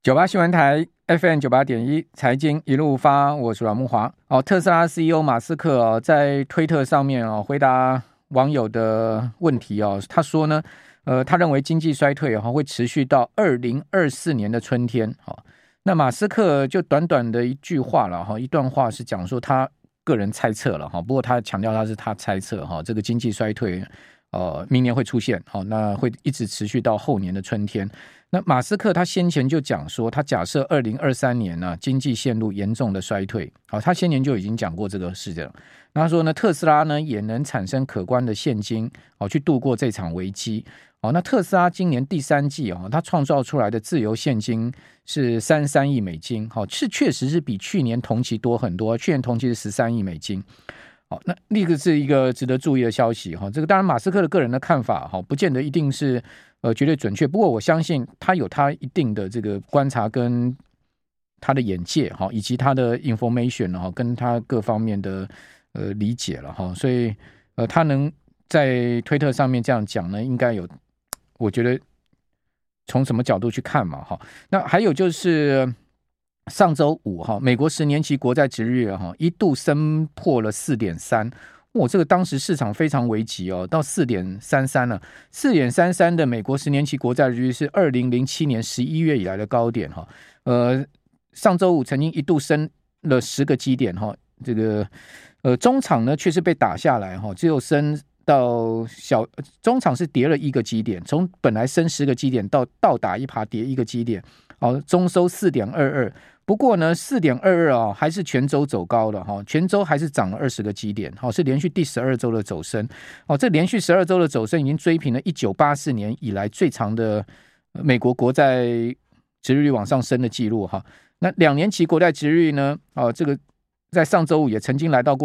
98新闻台 FM 98.1财经一路发，我是阮慕骅。特斯拉 CEO 马斯克在推特上面回答网友的问题他说呢，他认为经济衰退会持续到2024年的春天。那马斯克就短短的一句话了一段话是讲说他个人猜测了不过他强调他猜测这个经济衰退明年会出现那会一直持续到后年的春天。那马斯克他先前就讲说，他假设2023年呢经济陷入严重的衰退，他先年就已经讲过这个事情。那他说呢，特斯拉呢也能产生可观的现金去度过这场危机。那特斯拉今年第三季它创造出来的自由现金是33亿美金，是确实是比去年同期多很多，去年同期是13亿美金。那这个是一个值得注意的消息这个当然马斯克的个人的看法不见得一定是绝对准确，不过我相信他有他一定的这个观察跟他的眼界以及他的 information 跟他各方面的理解了所以他能在推特上面这样讲呢，应该有我觉得从什么角度去看嘛那还有就是上周五美国10年期国债殖利率一度升破了 4.3%，这个当时市场非常危急到 4.33 了。 4.33 的美国10年期国债殖利率是2007年11月以来的高点上周五曾经一度升了10个基点这个中场呢却是被打下来只有升到中场是跌了1个基点，从本来升10个基点到打1%跌1个基点中收 4.22， 不过呢 4.22 还是全周走高了全周还是涨了20个基点是连续第12周的走升这连续12周的走升已经追平了1984年以来最长的美国国债殖利率往上升的记录那2年期国债殖利率呢这个在上周五也曾经来到过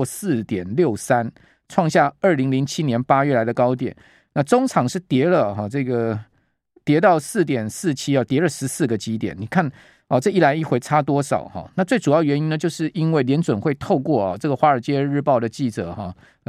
4.63， 创下2007年8月来的高点。那中场是跌了这个跌到 4.47 跌了14个基点。你看这一来一回差多少那最主要原因呢，就是因为联准会透过这个华尔街日报的记者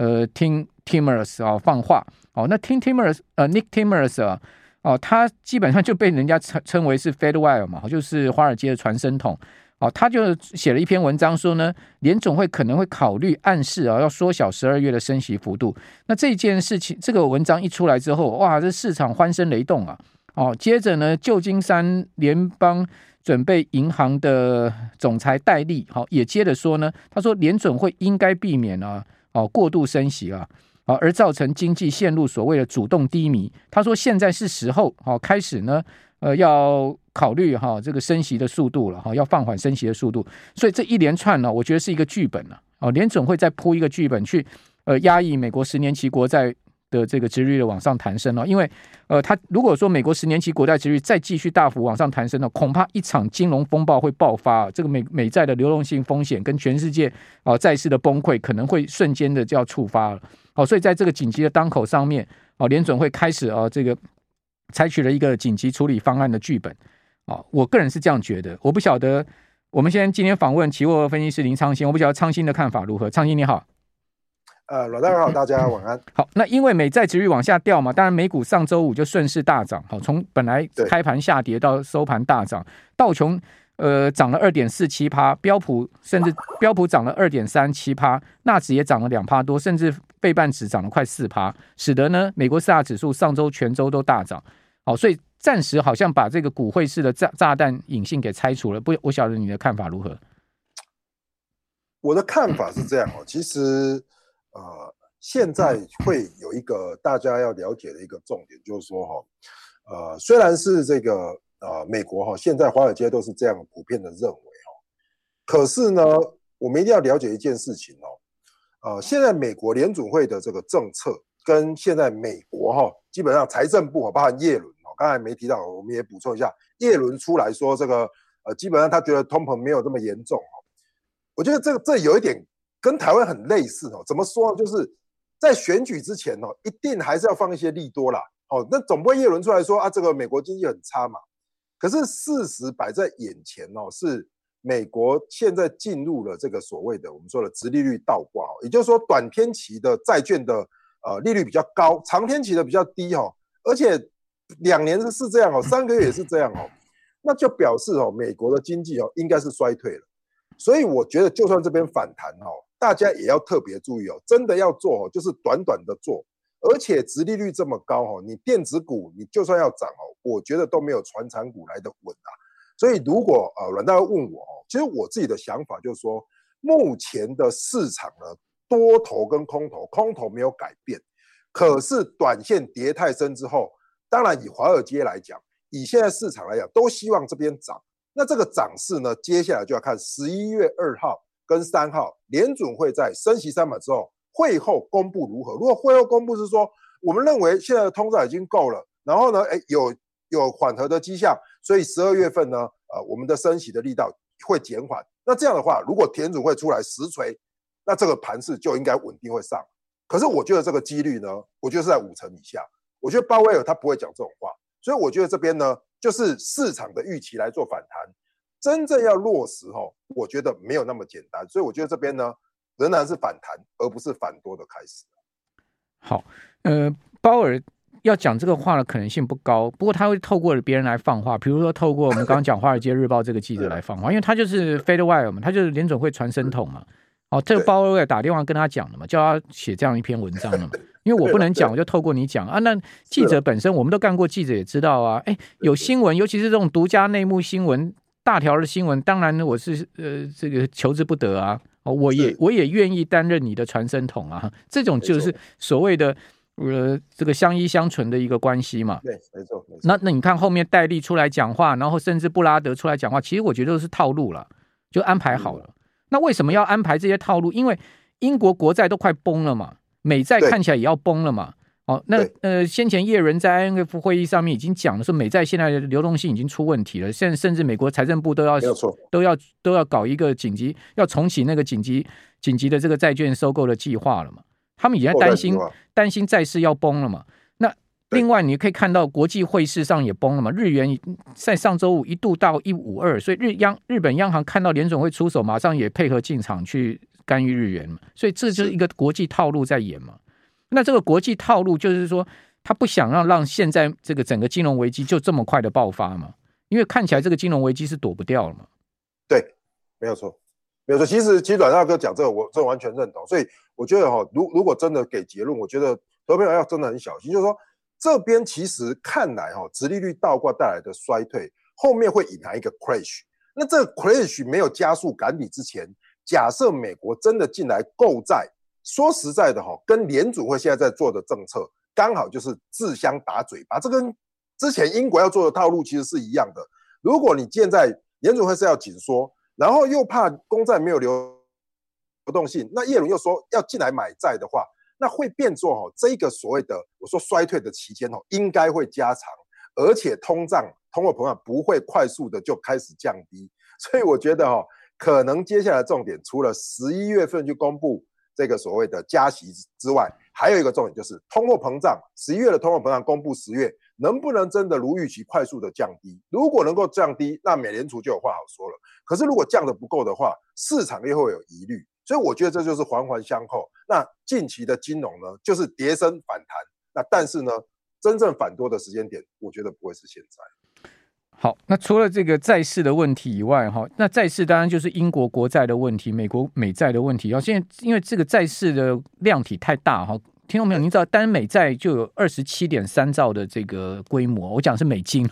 Tim Timmons 放话那 Tim Timmons Nick Timmons 他基本上就被人家称为是 Fed Wire 嘛，就是华尔街的传声筒他就写了一篇文章说呢，联总会可能会考虑暗示要缩小12月的升息幅度。那这件事情，这个文章一出来之后，哇，这市场欢声雷动接着呢，旧金山联邦准备银行的总裁戴利也接着说呢，他说联准会应该避免过度升息而造成经济陷入所谓的主动低迷。他说现在是时候开始呢要考虑这个升息的速度了要放缓升息的速度。所以这一连串呢我觉得是一个剧本联准会再铺一个剧本去压抑美国10年期国债的这个殖利率往上弹升因为他如果说美国10年期国债殖利率再继续大幅往上弹升恐怕一场金融风暴会爆发这个美债的流动性风险跟全世界债市的崩溃可能会瞬间的就要触发了所以在这个紧急的当口上面联准会开始这个采取了一个紧急处理方案的剧本我个人是这样觉得。我不晓得我们今天访问期货分析师林昌兴，我不晓得昌兴的看法如何。昌兴你好。 老大好，大家晚安。 好，那因为美债殖利率往下掉嘛，当然美股上周五就顺势大涨从本来开盘下跌到收盘大涨，道琼涨了 2.47%， 标普涨了 2.37%， 纳指也涨了 2% 多，甚至费半指涨了快 4%， 使得呢美国四大指数上周全周都大涨所以暂时好像把这个股汇市的炸弹隐性给拆除了。我晓得你的看法如何？ 我的看法是这样其实现在会有一个大家要了解的一个重点，就是说虽然是这个美国现在华尔街都是这样普遍的认为可是呢我们一定要了解一件事情现在美国联准会的这个政策跟现在美国基本上财政部包含耶伦刚才没提到，我们也补充一下，耶伦出来说这个基本上他觉得通膨没有这么严重我觉得这有一点跟台湾很类似怎么说呢，就是在选举之前一定还是要放一些利多啦那总不会耶伦出来说这个美国经济很差嘛。可是事实摆在眼前是美国现在进入了这个所谓的我们说的殖利率倒挂也就是说短天期的债券的利率比较高，长天期的比较低而且2年是这样3个月也是这样那就表示美国的经济应该是衰退了。所以我觉得就算这边反弹大家也要特别注意真的要做就是短短的做，而且殖利率这么高你电子股你就算要涨我觉得都没有传产股来的稳啊。所以如果阮大哥问我其实我自己的想法就是说，目前的市场呢，多头跟空头没有改变，可是短线跌太深之后，当然以华尔街来讲，以现在市场来讲，都希望这边涨。那这个涨势呢，接下来就要看11月2号跟3号联准会在升息3码之后，会后公布如何。如果会后公布是说，我们认为现在的通胀已经够了，然后呢，有缓和的迹象，所以12月份呢，我们的升息的力道会减缓。那这样的话，如果联准会出来实锤，那这个盘势就应该稳定会上。可是我觉得这个几率呢，我觉得是在50%以下。我觉得鲍威尔他不会讲这种话，所以我觉得这边呢，就是市场的预期来做反弹，真正要落实我觉得没有那么简单。所以我觉得这边呢，仍然是反弹，而不是反多的开始。 好，鲍尔要讲这个话的可能性不高，不过他会透过别人来放话，比如说透过我们刚刚讲《华尔街日报》这个记者来放话，因为他就是 Fed Wire 嘛，他就是联准会传声筒嘛。这个鲍威尔打电话跟他讲的嘛，叫他写这样一篇文章的嘛。因为我不能讲，我就透过你讲啊。那记者本身，我们都干过记者，也知道啊。有新闻，尤其是这种独家内幕新闻、大条的新闻，当然我是这个求之不得啊。我也愿意担任你的传声筒啊。这种就是所谓的这个相依相存的一个关系嘛。 对，没错。 那你看后面戴利出来讲话，然后甚至布拉德出来讲话，其实我觉得都是套路了，就安排好了。那为什么要安排这些套路？因为英国国债都快崩了嘛，美债看起来也要崩了嘛。那先前叶伦在 IMF 会议上面已经讲了，说美债现在的流动性已经出问题了，甚至美国财政部都要搞一个紧急，要重启那个紧急的这个债券收购的计划了嘛。他们已经担心债市要崩了嘛。那另外你可以看到国际汇市上也崩了嘛，日元在上周五一度到152，所以日本央行看到联准会出手，马上也配合进场去干预日元嘛，所以这就是一个国际套路在演嘛。那这个国际套路就是说，他不想让现在这个整个金融危机就这么快的爆发嘛，因为看起来这个金融危机是躲不掉了嘛。 对，没有错。其实阮大哥讲这个，我这完全认同。所以我觉得如果真的给结论，我觉得投票要真的很小心，就是说这边其实看来殖利率倒挂带来的衰退，后面会引来一个 crash。那这个 crash 没有加速赶底之前，假设美国真的进来购债，说实在的跟联准会现在在做的政策刚好就是自相打嘴巴，这跟之前英国要做的套路其实是一样的。如果你现在联准会是要紧缩，然后又怕公债没有流动性，那耶伦又说要进来买债的话，那会变作这个所谓的我说衰退的期间应该会加长，而且通货膨胀不会快速的就开始降低。所以我觉得可能接下来重点除了11月份去公布这个所谓的加息之外，还有一个重点就是通货膨胀，11月的通货膨胀公布10月能不能真的如预期快速的降低。如果能够降低，那美联储就有话好说了。可是如果降得不够的话，市场又会有疑虑。所以我觉得这就是环环相扣。那近期的金融呢，就是跌升反弹，那但是呢，真正反多的时间点，我觉得不会是现在。 好，那除了这个债市的问题以外，那债市当然就是英国国债的问题，美国美债的问题。现在因为这个债市的量体太大，听众朋友，您知道单美债就有27.3兆的这个规模，我讲是美金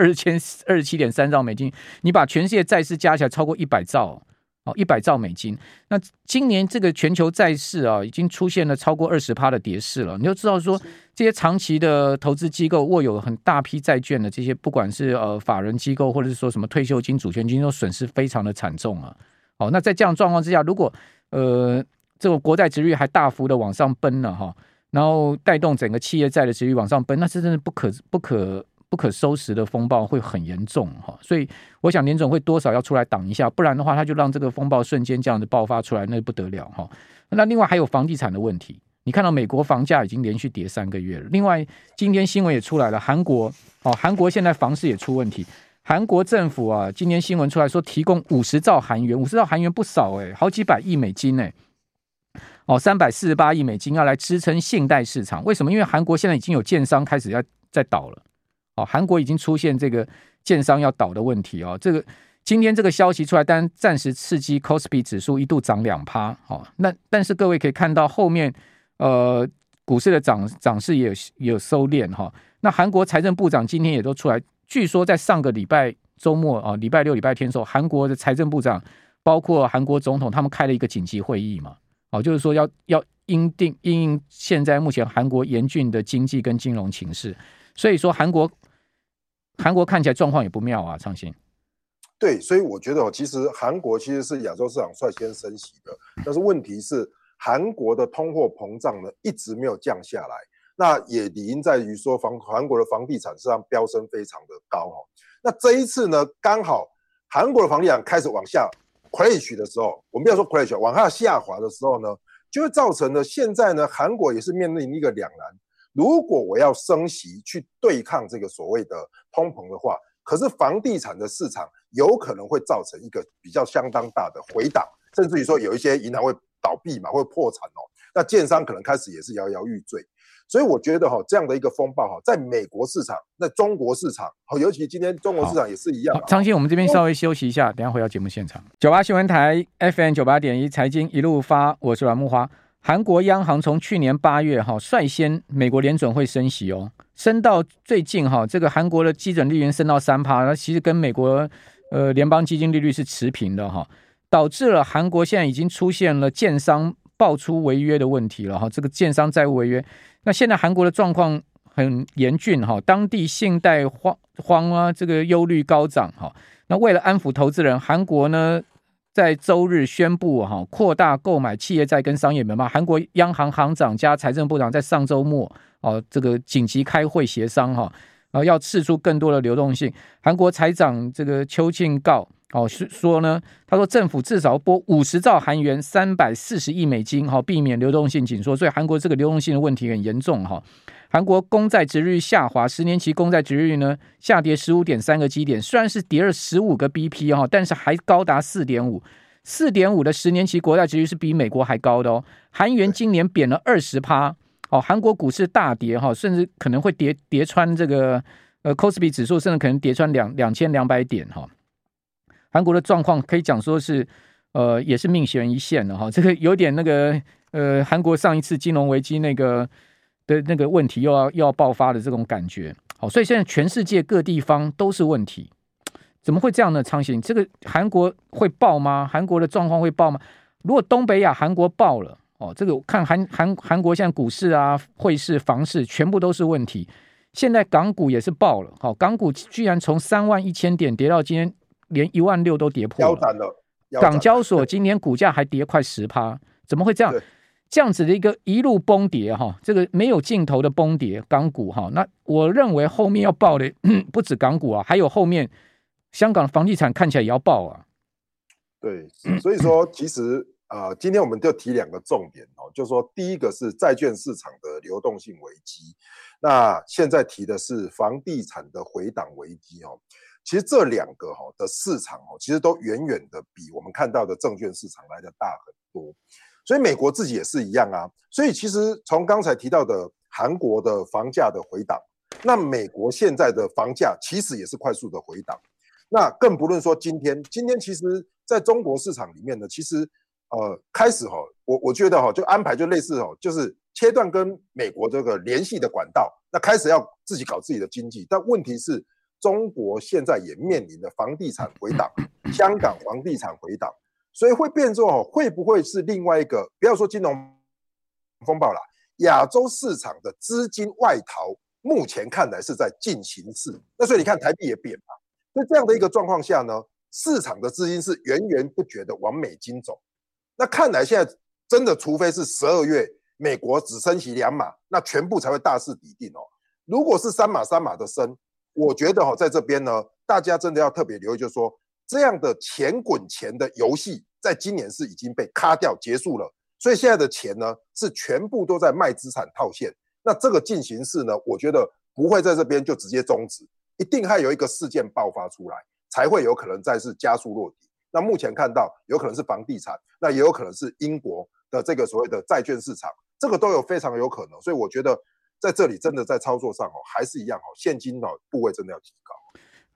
27.3兆美金，你把全世界债市加起来超过100兆。100兆美金。那今年这个全球债市已经出现了超过20%的跌势了。你就知道说，这些长期的投资机构握有很大批债券的这些，不管是法人机构或者是说什么退休金、主权金，都损失非常的惨重啊。那在这样状况之下，如果这个国债殖利率还大幅的往上奔了然后带动整个企业债的殖利率往上奔，那是真的不可收拾的风暴，会很严重所以我想联准会多少要出来挡一下，不然的话他就让这个风暴瞬间这样子爆发出来，那不得了那另外还有房地产的问题，你看到美国房价已经连续跌3个月了。另外今天新闻也出来了，韩国现在房市也出问题，韩国政府今天新闻出来说提供50兆韩元，50兆韩元不少好几百亿美金348亿美金要来支撑信贷市场。为什么？因为韩国现在已经有建商开始在倒了韩国已经出现这个建商要倒的问题哦。这个今天这个消息出来，但暂时刺激 Kospi 指数一度涨2%。那但是各位可以看到后面股市的涨势也有收敛哈。那韩国财政部长今天也都出来，据说在上个礼拜周末礼拜六、礼拜天的时候，韩国的财政部长包括韩国总统他们开了一个紧急会议嘛，就是说要因应现在目前韩国严峻的经济跟金融情势，所以说韩国看起来状况也不妙啊，昌兴。 对，所以我觉得其实韩国其实是亚洲市场率先升息的，但是问题是韩国的通货膨胀呢一直没有降下来，那也理因在于说韩国的房地产市场飙升非常的高。那这一次呢，刚好韩国的房地产开始往下 crash 的时候，我们不要说 crash， 往下下滑的时候呢，就会造成了现在呢，韩国也是面临一个两难。如果我要升息去对抗这个所谓的通膨的话，可是房地产的市场有可能会造成一个比较相当大的回档，甚至于说有一些银行会倒闭嘛，会破产那建商可能开始也是摇摇欲坠。所以我觉得这样的一个风暴在美国市场、在中国市场，尤其今天中国市场也是一样。 昌兴，我们这边稍微休息一下，等一下回到节目现场。98新闻台 FM 98.1财经一路发，我是阮慕骅。韩国央行从去年8月率先美国联准会升息升到最近这个韩国的基准利率升到 3%， 那其实跟美国联邦基金利率是持平的导致了韩国现在已经出现了建商爆出违约的问题了这个建商债务违约。那现在韩国的状况很严峻当地信贷荒这个忧虑高涨那为了安抚投资人，韩国呢在周日宣布扩大购买企业债跟商业买卖。韩国央行行长加财政部长在上周末这个紧急开会协商要释出更多的流动性。韩国财长这个邱庆告说呢，他说政府至少拨50兆韩元340亿美金避免流动性紧缩，所以韩国这个流动性的问题很严重韩国公债殖利率下滑，10年期公债殖利率呢下跌 15.3 个基点，虽然是跌了15个 BP 但是还高达 4.5 的10年期国债殖利率是比美国还高的韩元今年贬了 20%韩国股市大跌甚至可能会跌穿这个Kospi 指数，甚至可能跌穿2200点韩国的状况可以讲说是也是命悬一线了这个有点那个韩国上一次金融危机那个问题又要爆发的这种感觉所以现在全世界各地方都是问题。怎么会这样呢？昌兴，这个韩国会爆吗？韩国的状况会爆吗？如果东北亚韩国爆了这个看韩国现在股市啊、汇市、房市全部都是问题。现在港股也是爆了港股居然从31000点跌到今天连16000都跌破了，港交所今天股价还跌快 10%， 怎么会这样？这样子的一路崩跌这个没有尽头的崩跌港股那我认为后面要爆的不止港股还有后面香港房地产看起来也要爆对，所以说其实今天我们就提2个重点就是说第一个是债券市场的流动性危机，那现在提的是房地产的回档危机其实这2个的市场其实都远远的比我们看到的证券市场来的大很多。所以美国自己也是一样所以其实从刚才提到的韩国的房价的回档，那美国现在的房价其实也是快速的回档，那更不论说今天其实在中国市场里面呢，其实开始我觉得就安排就类似就是切断跟美国这个联系的管道，那开始要自己搞自己的经济。但问题是中国现在也面临了房地产回档，香港房地产回档，所以会变作会不会是另外一个，不要说金融风暴啦，亚洲市场的资金外逃目前看来是在进行式。那所以你看台币也贬嘛，在这样的一个状况下呢，市场的资金是源源不绝的往美金走。那看来现在真的除非是12月美国只升息2码，那全部才会大势已定如果是3码的升，我觉得在这边呢，大家真的要特别留意，就是说这样的钱滚钱的游戏在今年是已经被卡掉结束了，所以现在的钱呢是全部都在卖资产套现。那这个进行式呢，我觉得不会在这边就直接终止，一定还有一个事件爆发出来，才会有可能再是加速落底。那目前看到有可能是房地产，那也有可能是英国的这个所谓的债券市场，这个都有非常有可能。所以我觉得在这里真的在操作上还是一样现金部位真的要提高。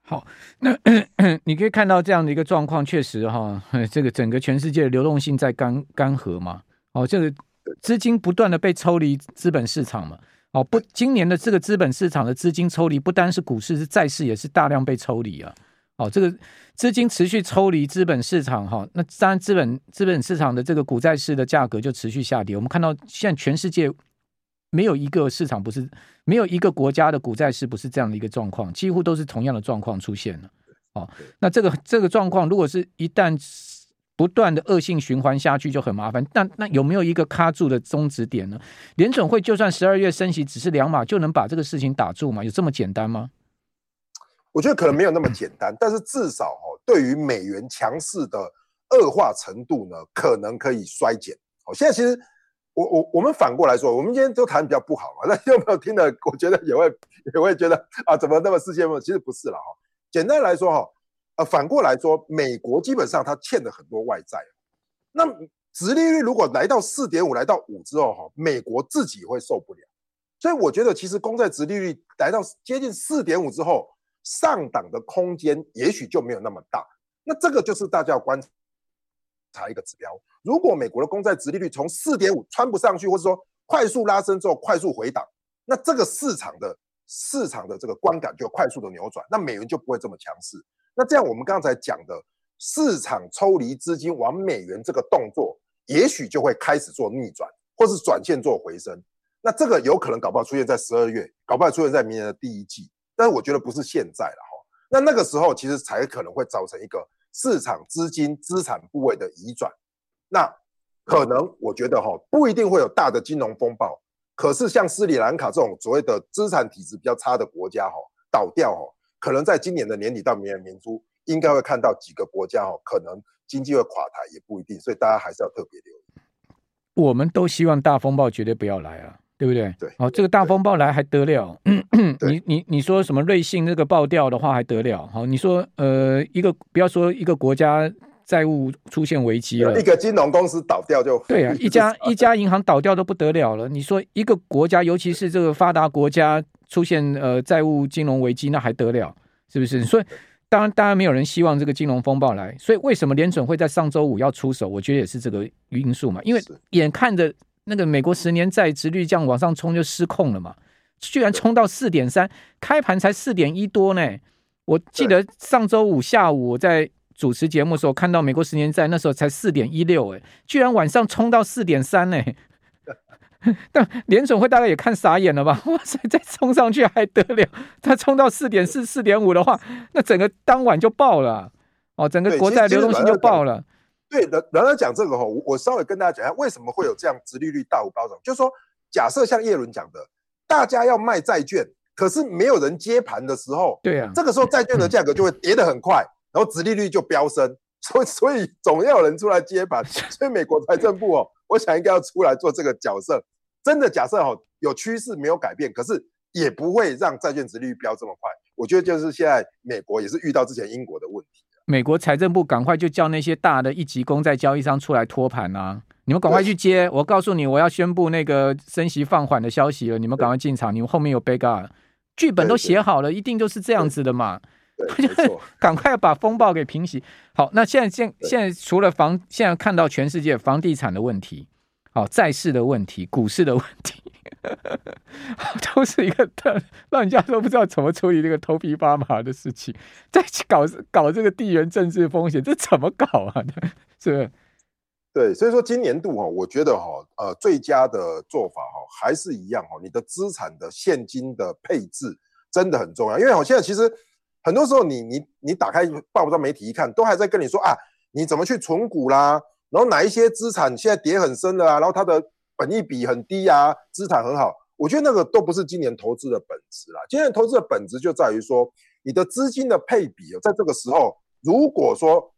好，那你可以看到这样的一个状况，确实哈，这个整个全世界的流动性在干涸嘛，哦，这个资金不断的被抽离资本市场嘛，哦，不，今年的这个资本市场的资金抽离，不单是股市，是债市也是大量被抽离啊，哦，这个资金持续抽离资本市场哈，那当然资本市场的这个股债市的价格就持续下跌，我们看到现在全世界没有一个市场不是，没有一个国家的股债市不是这样的一个状况，几乎都是同样的状况出现了。哦，那这个状况，如果是一旦不断的恶性循环下去，就很麻烦。那有没有一个卡住的终止点呢？联准会就算12月升息只是2码，就能把这个事情打住吗？有这么简单吗？ 我觉得可能没有那么简单，但是至少对于美元强势的恶化程度呢，可能可以衰减。现在其实。我们反过来说，我们今天都谈比较不好嘛，那有没有听的？我觉得也会觉得啊，怎么那么世界末日？其实不是啦哈。简单来说反过来说，美国基本上它欠了很多外债，那殖利率如果来到 4.5 来到5之后美国自己会受不了，所以我觉得其实公债殖利率来到接近 4.5 之后，上档的空间也许就没有那么大，那这个就是大家要观察一个指标。如果美国的公债殖利率从 4.5 穿不上去，或者说快速拉升之后快速回档，那这个市场的这个观感就快速的扭转，那美元就不会这么强势。那这样我们刚才讲的市场抽离资金往美元这个动作，也许就会开始做逆转，或是转线做回升。那这个有可能搞不好出现在12月，搞不好出现在明年的第一季，但是我觉得不是现在了。那个时候其实才可能会造成一个市场资金资产部位的移转。那可能我觉得不一定会有大的金融风暴，可是像斯里兰卡这种所谓的资产体质比较差的国家倒掉可能在今年的年底到明年年初应该会看到几个国家可能经济会垮台，也不一定，所以大家还是要特别留意。 我们都希望大风暴绝对不要来啊，对不对？ 对， 这个大风暴来还得了？你说什么瑞信那个爆掉的话还得了？好，你说不要说一个国家债务出现危机了， 一个金融公司倒掉就对啊，一家银行倒掉都不得了了。你说一个国家，尤其是这个发达国家出现债务金融危机，那还得了？是不是？所以当然没有人希望这个金融风暴来。所以为什么联准会在上周五要出手？我觉得也是这个因素嘛，因为眼看着那个美国10年债殖率这样往上冲就失控了嘛，居然冲到 4.3， 开盘才 4.1 多呢。我记得上周五下午我在主持节目的时候看到美国10年债那时候才 4.16 居然晚上冲到 4.3 但联准会大概也看傻眼了吧，哇塞，再冲上去还得了，它冲到 4.4 4.5 的话，那整个当晚就爆了整个国债流动性就爆了。 对，然而讲这个我稍微跟大家讲一下为什么会有这样殖利率大幅飙涨，就是说假设像叶伦讲的，大家要卖债券，可是没有人接盘的时候， 对啊， 这个时候债券的价格就会跌得很快，然后殖利率就飙升，所以总要有人出来接盘，所以美国财政部我想应该要出来做这个角色。真的假设有趋势没有改变，可是也不会让债券殖利率飙这么快。我觉得就是现在美国也是遇到之前英国的问题。 美国财政部赶快就叫那些大的一级公债交易商出来托盘啊！你们赶快去接，我告诉你，我要宣布那个升息放缓的消息了，你们赶快进场，你们后面有 backup， 剧本都写好了，一定就是这样子的嘛。 对， 赶快把风暴给平息。好，那现在除了现在看到全世界房地产的问题，债市的问题，股市的问题，都是一个让人家都不知道怎么处理这个头皮发麻的事情，再搞这个地缘政治风险，这怎么搞啊？是不是？ 对，所以说今年度我觉得最佳的做法还是一样你的资产的现金的配置真的很重要，因为现在其实很多时候你打开报章媒体一看，都还在跟你说你怎么去存股啦，然后哪一些资产现在跌很深了然后它的本益比很低资产很好。我觉得那个都不是今年投资的本质啦。今年投资的本质就在于说，你的资金的配比在这个时候，如果说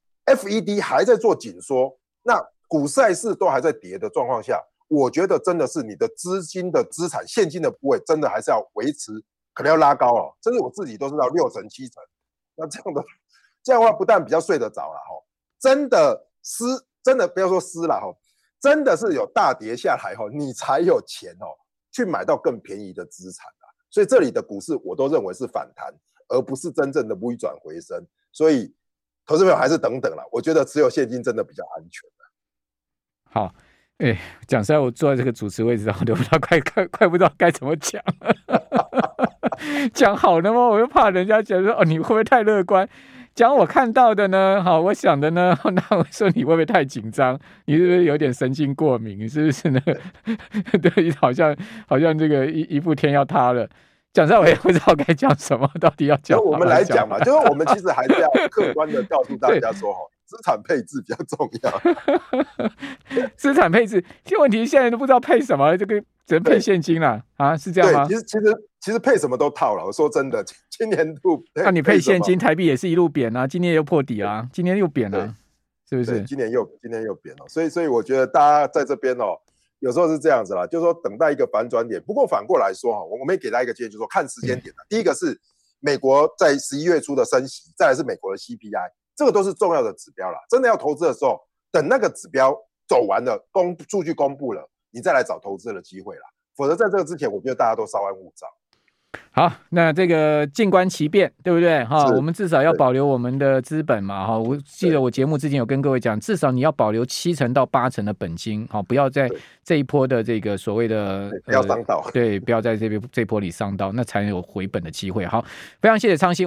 FED 还在做紧缩，那股债市都还在跌的状况下，我觉得真的是你的资金的资产现金的部位真的还是要维持，可能要拉高甚至我自己都是到6成7成。那这样的话不但比较睡得着啦真的不要说失啦真的是有大跌下来你才有钱去买到更便宜的资产所以这里的股市我都认为是反弹， 而不是真正的微转回升。所以投资朋友还是等等啦，我觉得持有现金真的比较安全。 好，讲实在，我坐在这个主持位置上，我都不知道快不知道该怎么讲。讲好的吗？我又怕人家觉得说，你会不会太乐观？讲我看到的呢，好，我想的呢，那我说你会不会太紧张？你是不是有点神经过敏？你是不是呢？对，好像这个一步天要塌了。讲实在，我也不知道该讲什么，到底要讲。 我们来讲嘛，就是我们其实还是要客观的告诉大家说，资产配置比较重要。 资产配置，这问题现在都不知道配什么，这个只能配现金了啊？是这样吗？ 其实配什么都套了。我说真的，今年度你配现金，台币也是一路贬啊，今年又破底啊，今年又贬了，是不是？ 今年又贬了，所以我觉得大家在这边有时候是这样子啦，就是说等待一个反转点。不过反过来说我们也给大家一个建议，就是说看时间点第一个是美国在11月初的升息，再来是美国的 CPI， 这个都是重要的指标啦。真的要投资的时候，等那个指标走完了，数据公布了，你再来找投资的机会啦。否则在这个之前，我觉得大家都稍安勿躁。 好，那这个静观其变，对不对？我们至少要保留我们的资本嘛。我记得我节目之前有跟各位讲，至少你要保留7%到8%的本金，不要在这一波的这个所谓的不要伤到， 对，不要在这波里伤到，那才有回本的机会。好，非常谢谢昌兴。